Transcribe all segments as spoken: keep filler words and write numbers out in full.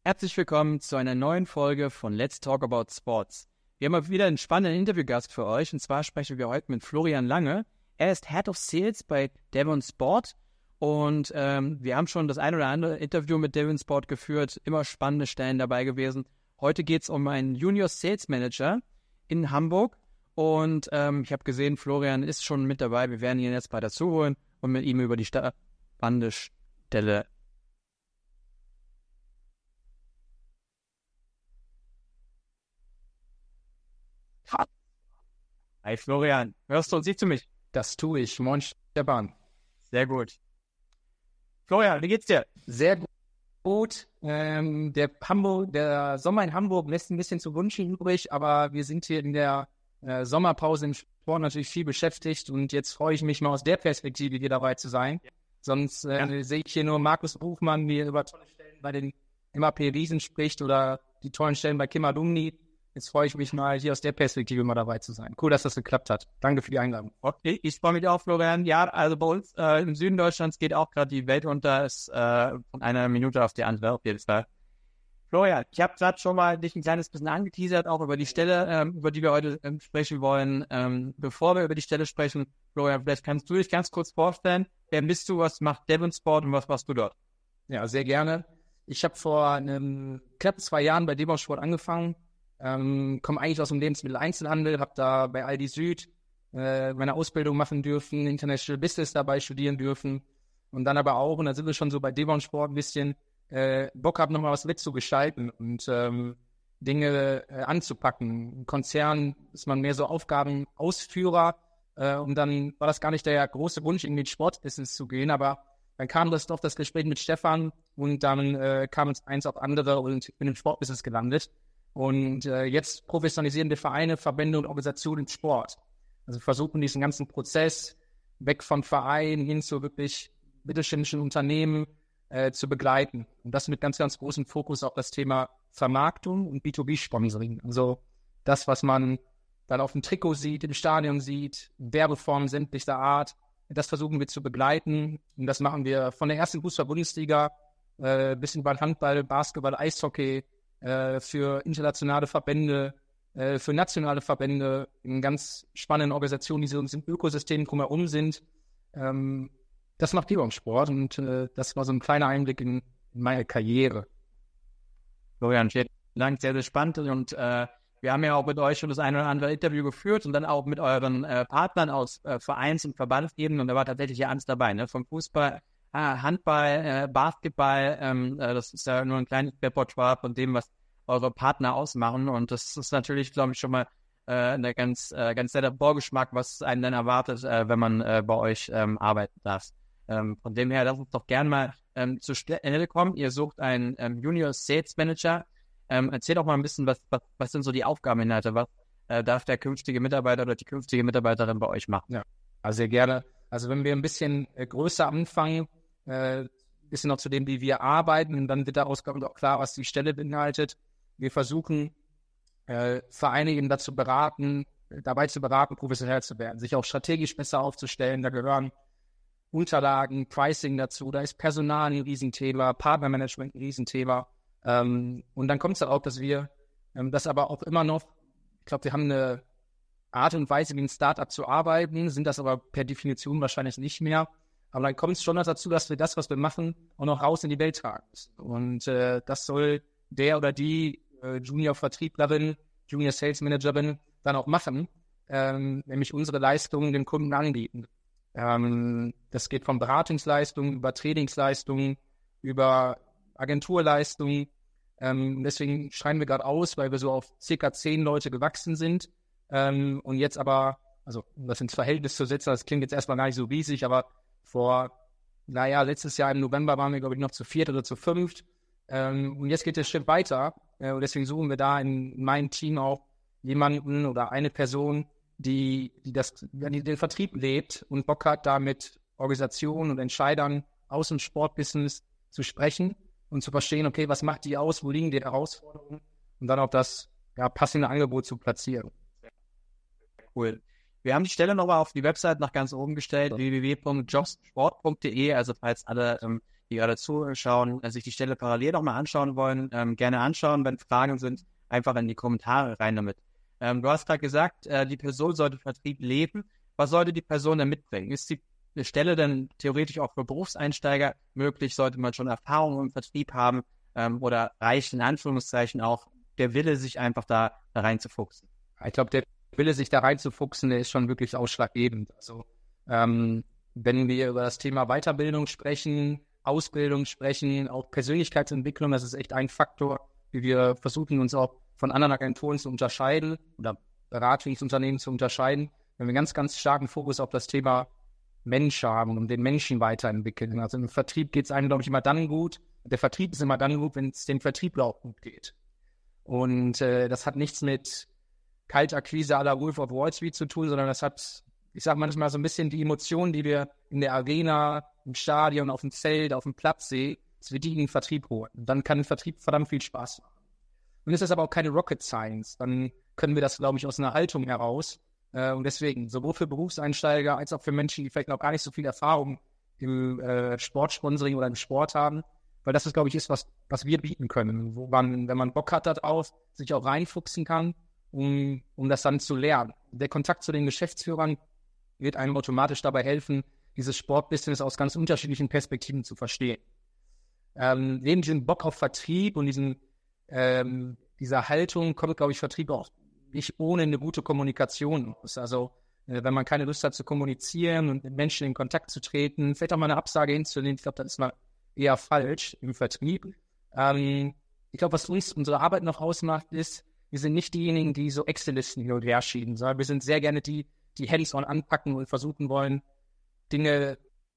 Herzlich willkommen zu einer neuen Folge von Let's Talk About Sports. Wir haben mal wieder einen spannenden Interviewgast für euch und zwar sprechen wir heute mit Florian Lange. Er ist Head of Sales bei Devon Sport und ähm, wir haben schon das ein oder andere Interview mit Devon Sport geführt, immer spannende Stellen dabei gewesen. Heute geht es um einen Junior Sales Manager in Hamburg und ähm, ich habe gesehen, Florian ist schon mit dabei. Wir werden ihn jetzt bei dazu holen und mit ihm über die spannende Stelle. Hi Florian, hörst du und siehst du mich? Das tue ich. Moin Stefan. Sehr gut. Florian, wie geht's dir? Sehr gut. Ähm, der, Hamburg, der Sommer in Hamburg lässt ein bisschen zu wünschen übrig, aber wir sind hier in der äh, Sommerpause im Sport natürlich viel beschäftigt und jetzt freue ich mich mal aus der Perspektive hier dabei zu sein. Sonst äh, ja. sehe ich hier nur Markus Buchmann, wie er über tolle Stellen bei den M A P Riesen spricht oder die tollen Stellen bei Kim Adumni. Jetzt freue ich mich mal, hier aus der Perspektive mal dabei zu sein. Cool, dass das geklappt hat. Danke für die Einladung. Okay, ich freue mich auch, Florian. Ja, also bei uns äh, im Süden Deutschlands geht auch gerade die Welt unter. Ist äh, von einer Minute auf die andere auf jeden Fall. Florian, ich habe gerade schon mal dich ein kleines bisschen angeteasert, auch über die Stelle, ähm, über die wir heute ähm, sprechen wollen. Ähm, bevor wir über die Stelle sprechen, Florian, vielleicht kannst du dich ganz kurz vorstellen. Wer bist du, was macht Devon Sport und was machst du dort? Ja, sehr gerne. Ich habe vor einem knapp zwei Jahren bei Devon Sport angefangen. Ähm, komme eigentlich aus dem Lebensmitteleinzelhandel, habe da bei Aldi Süd äh, meine Ausbildung machen dürfen, International Business dabei studieren dürfen und dann aber auch, und da sind wir schon so bei Devon Sport ein bisschen, äh, Bock habe, nochmal was mitzugestalten und ähm, Dinge äh, anzupacken. Im Konzern ist man mehr so Aufgabenausführer äh, und dann war das gar nicht der große Wunsch, in den Sportbusiness zu gehen, aber dann kam das doch das Gespräch mit Stefan und dann äh, kam es eins auf andere und ich bin im Sportbusiness gelandet. Und äh, jetzt professionalisieren wir Vereine, Verbände und Organisationen im Sport. Also versuchen diesen ganzen Prozess weg von Vereinen hin zu wirklich mittelständischen Unternehmen äh, zu begleiten. Und das mit ganz, ganz großem Fokus auf das Thema Vermarktung und B zwei B-Sponsoring. Also das, was man dann auf dem Trikot sieht, im Stadion sieht, Werbeformen sämtlicher Art, das versuchen wir zu begleiten. Und das machen wir von der ersten Fußball-Bundesliga äh, bis über Handball, Basketball, Eishockey, für internationale Verbände, für nationale Verbände, in ganz spannenden Organisationen, die so im Ökosystem drumherum sind. Das macht Devon Sport und das war so ein kleiner Einblick in meine Karriere. Florian, vielen Dank, sehr, sehr spannend und äh, wir haben ja auch mit euch schon das eine oder andere Interview geführt und dann auch mit euren äh, Partnern aus äh, Vereins- und Verbandsebenen und da war tatsächlich ja alles dabei, ne? Vom Fußball, Ah, Handball, äh, Basketball, ähm, äh, das ist ja nur ein kleines Repertoire von dem, was eure Partner ausmachen und das ist natürlich, glaube ich, schon mal äh, eine ganz, äh, ganz netter Vorgeschmack, was einen dann erwartet, äh, wenn man äh, bei euch ähm, arbeiten darf. Ähm, von dem her, lass uns doch gerne mal ähm, zur Stelle kommen. Ihr sucht einen ähm, Junior Sales Manager. Ähm, erzähl doch mal ein bisschen, was, was, was sind so die Aufgabeninhalte, was äh, darf der künftige Mitarbeiter oder die künftige Mitarbeiterin bei euch machen? Ja, also sehr gerne. Also wenn wir ein bisschen äh, größer anfangen, Äh, bisschen noch zu dem, wie wir arbeiten und dann wird daraus auch klar, was die Stelle beinhaltet. Wir versuchen, äh, Vereine eben dazu beraten, dabei zu beraten, professionell zu werden, sich auch strategisch besser aufzustellen. Da gehören Unterlagen, Pricing dazu, da ist Personal ein Riesenthema, Partnermanagement ein Riesenthema. Ähm, und dann kommt es auch, dass wir ähm, das aber auch immer noch, ich glaube, wir haben eine Art und Weise, wie ein Startup zu arbeiten, sind das aber per Definition wahrscheinlich nicht mehr. Aber dann kommt es schon dazu, dass wir das, was wir machen, auch noch raus in die Welt tragen müssen. Und äh, das soll der oder die äh, Junior-Vertrieblerin, Junior-Sales-Managerin dann auch machen, ähm, nämlich unsere Leistungen den Kunden anbieten. Ähm, das geht von Beratungsleistungen über Trainingsleistungen, über Agenturleistungen. Ähm, deswegen schreiben wir gerade aus, weil wir so auf circa zehn Leute gewachsen sind. Ähm, und jetzt aber, also um das ins Verhältnis zu setzen, das klingt jetzt erstmal gar nicht so riesig, aber vor, naja, letztes Jahr im November waren wir, glaube ich, noch zu viert oder zu fünft. Ähm, und jetzt geht der Schritt weiter. Äh, und deswegen suchen wir da in meinem Team auch jemanden oder eine Person, die, die, das, die den Vertrieb lebt und Bock hat, da mit Organisationen und Entscheidern aus dem Sportbusiness zu sprechen und zu verstehen, okay, was macht die aus, wo liegen die Herausforderungen und dann auch das ja, passende Angebot zu platzieren. Cool. Wir haben die Stelle nochmal auf die Website nach ganz oben gestellt, w w w punkt jobsport punkt d e, also falls alle ähm, die gerade zuschauen, äh, sich die Stelle parallel nochmal anschauen wollen, ähm, gerne anschauen. Wenn Fragen sind, einfach in die Kommentare rein damit. Ähm, du hast gerade gesagt, äh, die Person sollte Vertrieb leben. Was sollte die Person denn mitbringen? Ist die Stelle denn theoretisch auch für Berufseinsteiger möglich? Sollte man schon Erfahrung im Vertrieb haben? Ähm, oder reicht in Anführungszeichen auch der Wille, sich einfach da, da reinzufuchsen? Ich glaube, der Wille, sich da reinzufuchsen, der ist schon wirklich ausschlaggebend. Also ähm, wenn wir über das Thema Weiterbildung sprechen, Ausbildung sprechen, auch Persönlichkeitsentwicklung, das ist echt ein Faktor, wie wir versuchen, uns auch von anderen Agenturen zu unterscheiden oder Beratungsunternehmen zu unterscheiden, wenn wir einen ganz, ganz starken Fokus auf das Thema Mensch haben und den Menschen weiterentwickeln. Also im Vertrieb geht es einem, glaube ich, immer dann gut. Der Vertrieb ist immer dann gut, wenn es dem Vertriebler auch gut geht. Und äh, das hat nichts mit Kaltakquise à la Wolf of Wall Street zu tun, sondern das hat, ich sage manchmal so ein bisschen die Emotionen, die wir in der Arena, im Stadion, auf dem Feld, auf dem Platz sehen, dass wir die in den Vertrieb holen. Und dann kann der Vertrieb verdammt viel Spaß machen. Und es ist aber auch keine Rocket Science. Dann können wir das, glaube ich, aus einer Haltung heraus. Äh, und deswegen, sowohl für Berufseinsteiger als auch für Menschen, die vielleicht noch gar nicht so viel Erfahrung im äh, Sportsponsoring oder im Sport haben, weil das ist, glaube ich, ist, was, was wir bieten können, wo man, wenn man Bock hat darauf, sich auch reinfuchsen kann, um, um das dann zu lernen. Der Kontakt zu den Geschäftsführern wird einem automatisch dabei helfen, dieses Sportbusiness aus ganz unterschiedlichen Perspektiven zu verstehen. Ähm, neben diesem Bock auf Vertrieb und diesen Ähm, dieser Haltung kommt, glaube ich, Vertrieb auch nicht ohne eine gute Kommunikation aus. Also äh, wenn man keine Lust hat zu kommunizieren und mit Menschen in Kontakt zu treten, vielleicht auch mal eine Absage hinzunehmen, ich glaube, das ist mal eher falsch im Vertrieb. Ähm, ich glaube, was uns unsere Arbeit noch ausmacht, ist, wir sind nicht diejenigen, die so Excel-Listen hin und her schieben, sondern wir sind sehr gerne die, die hands-on anpacken und versuchen wollen, Dinge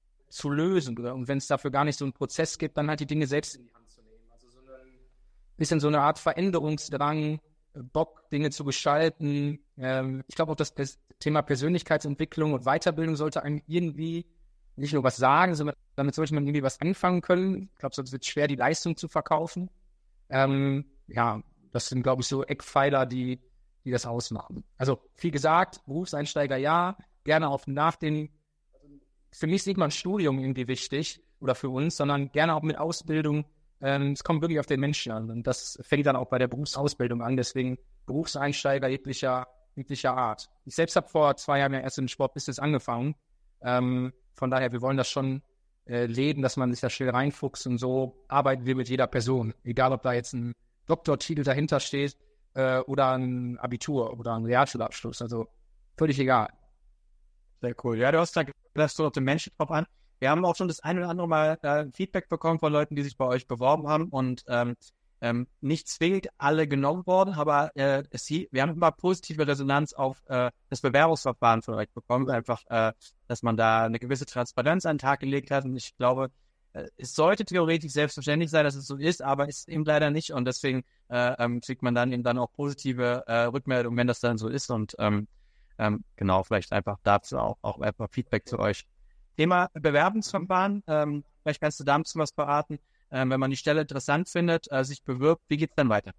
zu lösen. Und wenn es dafür gar nicht so einen Prozess gibt, dann halt die Dinge selbst in die Hand zu nehmen. Also so ein bisschen so eine Art Veränderungsdrang, Bock, Dinge zu gestalten. Ähm, ich glaube auch, das Pers- Thema Persönlichkeitsentwicklung und Weiterbildung sollte einem irgendwie nicht nur was sagen, sondern damit sollte man irgendwie was anfangen können. Ich glaube, sonst wird es schwer, die Leistung zu verkaufen. Ähm, ja, das sind, glaube ich, so Eckpfeiler, die, die das ausmachen. Also, wie gesagt, Berufseinsteiger ja, gerne auch nach den, für mich sieht man Studium irgendwie wichtig oder für uns, sondern gerne auch mit Ausbildung. Ähm, es kommt wirklich auf den Menschen an und das fängt dann auch bei der Berufsausbildung an. Deswegen Berufseinsteiger jeglicher, jeglicher Art. Ich selbst habe vor zwei Jahren ja erst im Sportbusiness angefangen. Ähm, von daher, wir wollen das schon äh, leben, dass man sich da schnell reinfuchst und so arbeiten wir mit jeder Person. Egal, ob da jetzt ein Doktortitel dahinter steht äh, oder ein Abitur oder ein Realschulabschluss. Also völlig egal. Sehr cool. Ja, du hast da gesagt, so auf den Menschen drauf an. Wir haben auch schon das ein oder andere Mal äh, Feedback bekommen von Leuten, die sich bei euch beworben haben und ähm, ähm, nicht zwingend alle genommen worden, aber äh, es, wir haben immer positive Resonanz auf äh, das Bewerbungsverfahren von euch bekommen. Einfach, äh, dass man da eine gewisse Transparenz an den Tag gelegt hat und ich glaube, äh, es sollte theoretisch selbstverständlich sein, dass es so ist, aber es ist eben leider nicht und deswegen äh, ähm, kriegt man dann eben dann auch positive äh, Rückmeldungen, wenn das dann so ist und ähm, ähm, genau, vielleicht einfach dazu auch, auch einfach Feedback zu euch. Thema Bewerbungsverfahren, ähm, vielleicht kannst du dazu was beraten, ähm, wenn man die Stelle interessant findet, äh, sich bewirbt, wie geht es dann weiter?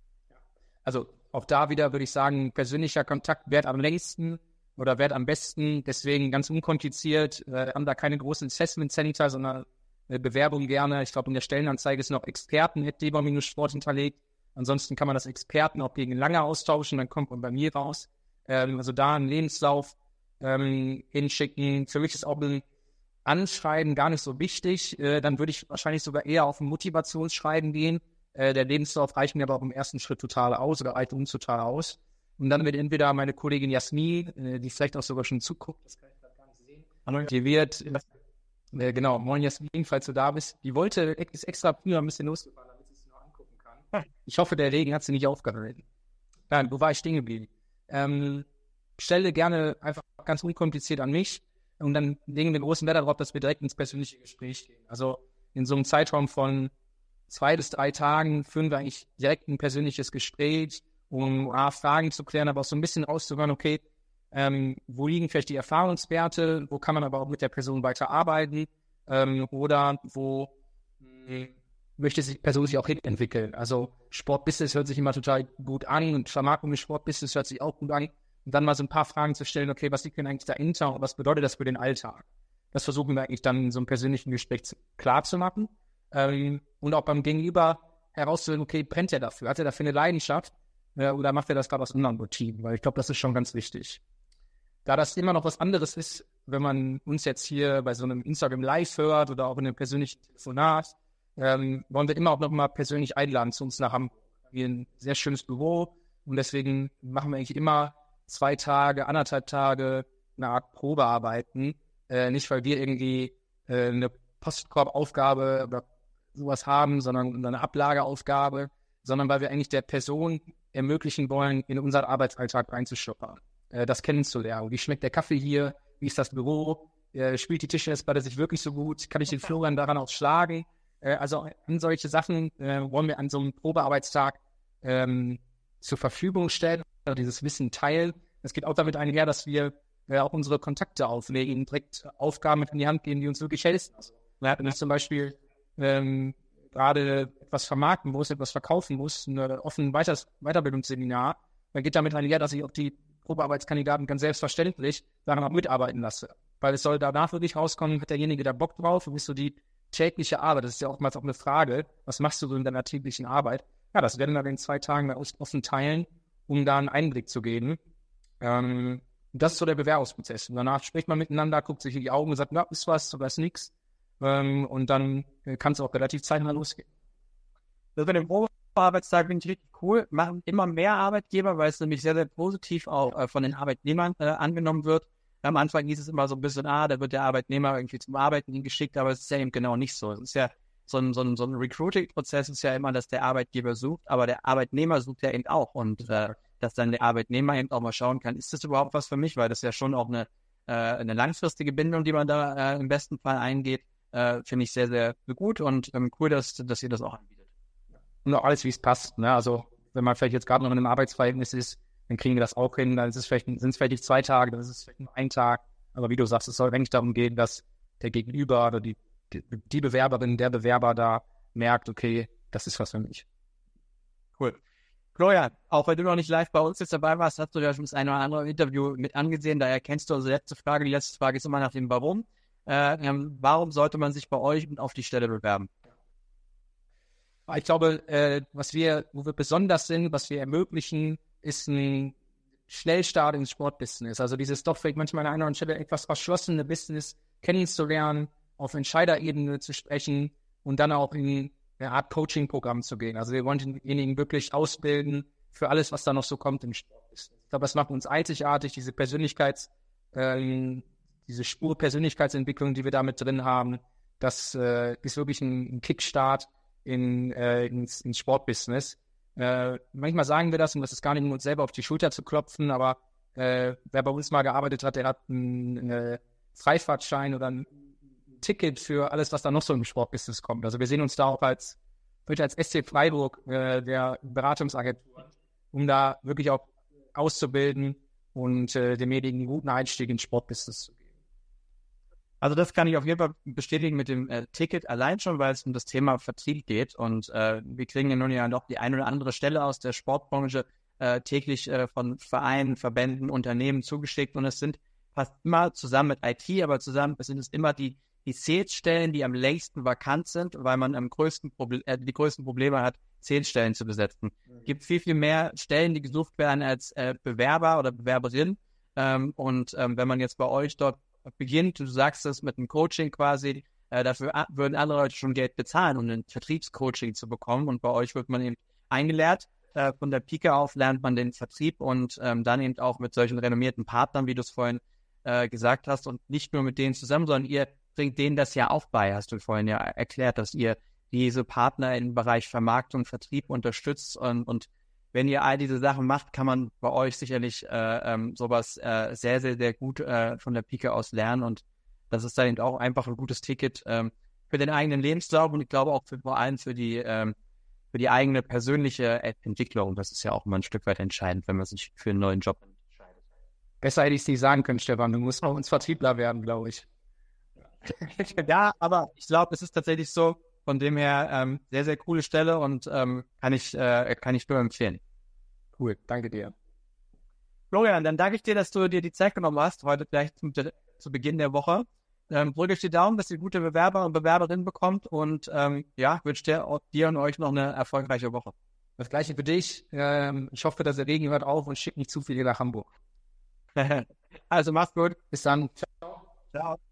Also auch da wieder würde ich sagen, persönlicher Kontakt währt am längsten oder währt am besten, deswegen ganz unkompliziert, äh, haben da keine großen Assessment Center, sondern äh, Bewerbung gerne. Ich glaube, in der Stellenanzeige ist noch Experten at deber-sport hinterlegt. Ansonsten kann man das Experten auch gegen lange austauschen, dann kommt man bei mir raus. Ähm, also da einen Lebenslauf ähm, hinschicken. Für mich ist auch ein Anschreiben gar nicht so wichtig. Äh, dann würde ich wahrscheinlich sogar eher auf ein Motivationsschreiben gehen. Äh, der Lebenslauf reicht mir aber auch im ersten Schritt total aus oder reicht uns total aus. Und dann wird entweder meine Kollegin Jasmin, äh, die vielleicht auch sogar schon zuguckt, das kann ich gerade gar nicht sehen, Hallo. Die wird, äh, genau, moin Jasmin, falls du da bist, die wollte, ist extra früher ein bisschen losgefahren, damit sie es noch angucken kann. Ich hoffe, der Regen hat sie nicht aufgehalten. Nein, wo war ich stehen geblieben? Ähm, stelle gerne einfach ganz unkompliziert an mich und dann legen wir großen Wert darauf, dass wir direkt ins persönliche Gespräch gehen. Also in so einem Zeitraum von zwei bis drei Tagen führen wir eigentlich direkt ein persönliches Gespräch, um A, Fragen zu klären, aber auch so ein bisschen auszuhören, okay, ähm, wo liegen vielleicht die Erfahrungswerte, wo kann man aber auch mit der Person weiterarbeiten ähm, oder wo mh, möchte sich die Person sich auch hinentwickeln. Also Sportbusiness hört sich immer total gut an und Vermarktung im Sportbusiness hört sich auch gut an. Und dann mal so ein paar Fragen zu stellen, okay, was liegt denn eigentlich dahinter und was bedeutet das für den Alltag? Das versuchen wir eigentlich dann in so einem persönlichen Gespräch klar zu machen. Ähm, und auch beim Gegenüber herauszufinden, okay, brennt er dafür? Hat er dafür eine Leidenschaft? Äh, oder macht er das gerade aus anderen Motiven? Weil ich glaube, das ist schon ganz wichtig. Da das immer noch was anderes ist, wenn man uns jetzt hier bei so einem Instagram Live hört oder auch in einem persönlichen Telefonat, ähm, wollen wir immer auch noch mal persönlich einladen zu uns nach Hamburg. Wir haben ein sehr schönes Büro und deswegen machen wir eigentlich immer zwei Tage, anderthalb Tage eine Art Probearbeiten. Äh, nicht, weil wir irgendwie äh, eine Postkorbaufgabe oder sowas haben, sondern eine Ablageaufgabe, sondern weil wir eigentlich der Person ermöglichen wollen, in unseren Arbeitsalltag reinzuschnuppern, äh, das kennenzulernen. Wie schmeckt der Kaffee hier? Wie ist das Büro? Äh, spielt die Tischtennisplatte sich wirklich so gut? Kann ich den Florian daran auch schlagen? Äh, also an solche Sachen äh, wollen wir an so einem Probearbeitstag ähm, zur Verfügung stellen, also dieses Wissen teilen. Es geht auch damit einher, dass wir äh, auch unsere Kontakte auflegen, direkt Aufgaben mit in die Hand geben, die uns wirklich helfen. Also, wenn ich zum Beispiel ähm, gerade etwas vermarkten muss, etwas verkaufen muss, ein offenes Weiter- Weiterbildungsseminar, dann geht damit einher, dass ich auch die Probearbeitskandidaten ganz selbstverständlich daran auch mitarbeiten lasse. Weil es soll danach wirklich rauskommen, hat derjenige da Bock drauf und ist so die tägliche Arbeit. Das ist ja oftmals auch eine Frage, was machst du so in deiner täglichen Arbeit? Ja, das werden wir in zwei Tagen bei uns offen teilen, um da einen Einblick zu geben. Ähm, das ist so der Bewerbungsprozess. Und danach spricht man miteinander, guckt sich in die Augen und sagt, na, ist was oder ist nichts. Ähm, und dann äh, kann es auch relativ zeitnah losgehen. Das mit dem Probearbeitstag finde ich richtig cool. Machen immer mehr Arbeitgeber, weil es nämlich sehr, sehr positiv auch äh, von den Arbeitnehmern äh, angenommen wird. Am Anfang hieß es immer so ein bisschen, ah, da wird der Arbeitnehmer irgendwie zum Arbeiten hingeschickt, aber es ist ja eben genau nicht so. Es ist ja so ein, so ein, so ein Recruiting-Prozess ist ja immer, dass der Arbeitgeber sucht, aber der Arbeitnehmer sucht ja eben auch und äh, dass dann der Arbeitnehmer eben auch mal schauen kann, ist das überhaupt was für mich, weil das ja schon auch eine, äh, eine langfristige Bindung, die man da äh, im besten Fall eingeht, äh, finde ich sehr, sehr gut und ähm, cool, dass, dass ihr das auch anbietet. Und auch alles, wie es passt. Ne? Also wenn man vielleicht jetzt gerade noch in einem Arbeitsverhältnis ist, dann kriegen wir das auch hin, dann ist es vielleicht, sind es vielleicht nicht zwei Tage, dann ist es vielleicht nur ein Tag. Aber wie du sagst, es soll eigentlich darum gehen, dass der Gegenüber oder die, die, die Bewerberin, der Bewerber da merkt, okay, das ist was für mich. Cool. Florian, auch wenn du noch nicht live bei uns jetzt dabei warst, hast du ja schon das eine oder andere Interview mit angesehen, daher kennst du unsere letzte Frage. Die letzte Frage ist immer nach dem Warum. Äh, ähm, warum sollte man sich bei euch auf die Stelle bewerben? Ich glaube, äh, was wir, wo wir besonders sind, was wir ermöglichen, ist ein Schnellstart ins Sportbusiness. Also dieses doch vielleicht manchmal an einer anderen Stelle etwas verschlossene Business kennenzulernen, auf Entscheiderebene zu sprechen und dann auch in eine Art Coaching-Programm zu gehen. Also wir wollen denjenigen wirklich ausbilden für alles, was da noch so kommt im Sportbusiness. Ich glaube, das macht uns einzigartig, diese Persönlichkeits, äh, diese Spur Persönlichkeitsentwicklung, die wir da mit drin haben. Das äh, ist wirklich ein, ein Kickstart in, äh, ins, ins Sportbusiness. Äh, manchmal sagen wir das, und das ist gar nicht, um uns selber auf die Schulter zu klopfen, aber äh, wer bei uns mal gearbeitet hat, der hat einen, einen Freifahrtschein oder ein Ticket für alles, was da noch so im Sportbusiness kommt. Also wir sehen uns da auch als, wirklich als S C Freiburg, äh, der Beratungsagentur, um da wirklich auch auszubilden und äh, demjenigen einen guten Einstieg ins Sportbusiness zu geben. Also das kann ich auf jeden Fall bestätigen mit dem äh, Ticket allein schon, weil es um das Thema Vertrieb geht und äh, wir kriegen ja nun ja noch die eine oder andere Stelle aus der Sportbranche äh, täglich äh, von Vereinen, Verbänden, Unternehmen zugeschickt und es sind fast immer zusammen mit I T, aber zusammen sind es immer die die Sales-Stellen, die am längsten vakant sind, weil man am größten Proble- äh, die größten Probleme hat, Sales-Stellen zu besetzen. Es mhm. gibt viel, viel mehr Stellen, die gesucht werden als äh, Bewerber oder Bewerberin ähm, und ähm, wenn man jetzt bei euch dort beginnt, du sagst es mit einem Coaching quasi, äh, dafür a- würden andere Leute schon Geld bezahlen, um ein Vertriebscoaching zu bekommen und bei euch wird man eben eingelehrt. Äh, von der Pike auf lernt man den Vertrieb und ähm, dann eben auch mit solchen renommierten Partnern, wie du es vorhin äh, gesagt hast und nicht nur mit denen zusammen, sondern ihr bringt denen das ja auch bei, hast du vorhin ja erklärt, dass ihr diese Partner im Bereich Vermarktung, Vertrieb unterstützt und, und wenn ihr all diese Sachen macht, kann man bei euch sicherlich äh, ähm, sowas äh, sehr, sehr, sehr gut äh, von der Pike aus lernen und das ist dann eben auch einfach ein gutes Ticket ähm, für den eigenen Lebenslauf und ich glaube auch für, vor allem für die ähm, für die eigene persönliche Entwicklung. Das ist ja auch immer ein Stück weit entscheidend, wenn man sich für einen neuen Job entscheidet. Besser hätte ich es nicht sagen können, Stefan. Du musst bei uns Vertriebler werden, glaube ich. Ja, aber ich glaube, es ist tatsächlich so, von dem her ähm, sehr, sehr coole Stelle und ähm, kann ich äh, kann ich nur empfehlen. Cool, danke dir. Florian, dann danke ich dir, dass du dir die Zeit genommen hast, heute vielleicht zum, zu Beginn der Woche. ähm, drücke ich die Daumen, dass ihr gute Bewerber und Bewerberinnen bekommt und ähm, ja, wünsche dir, dir und euch noch eine erfolgreiche Woche. Das Gleiche für dich. Ähm, ich hoffe, dass der Regen hört auf und schickt nicht zu viele nach Hamburg. Also mach's gut. Bis dann. Ciao.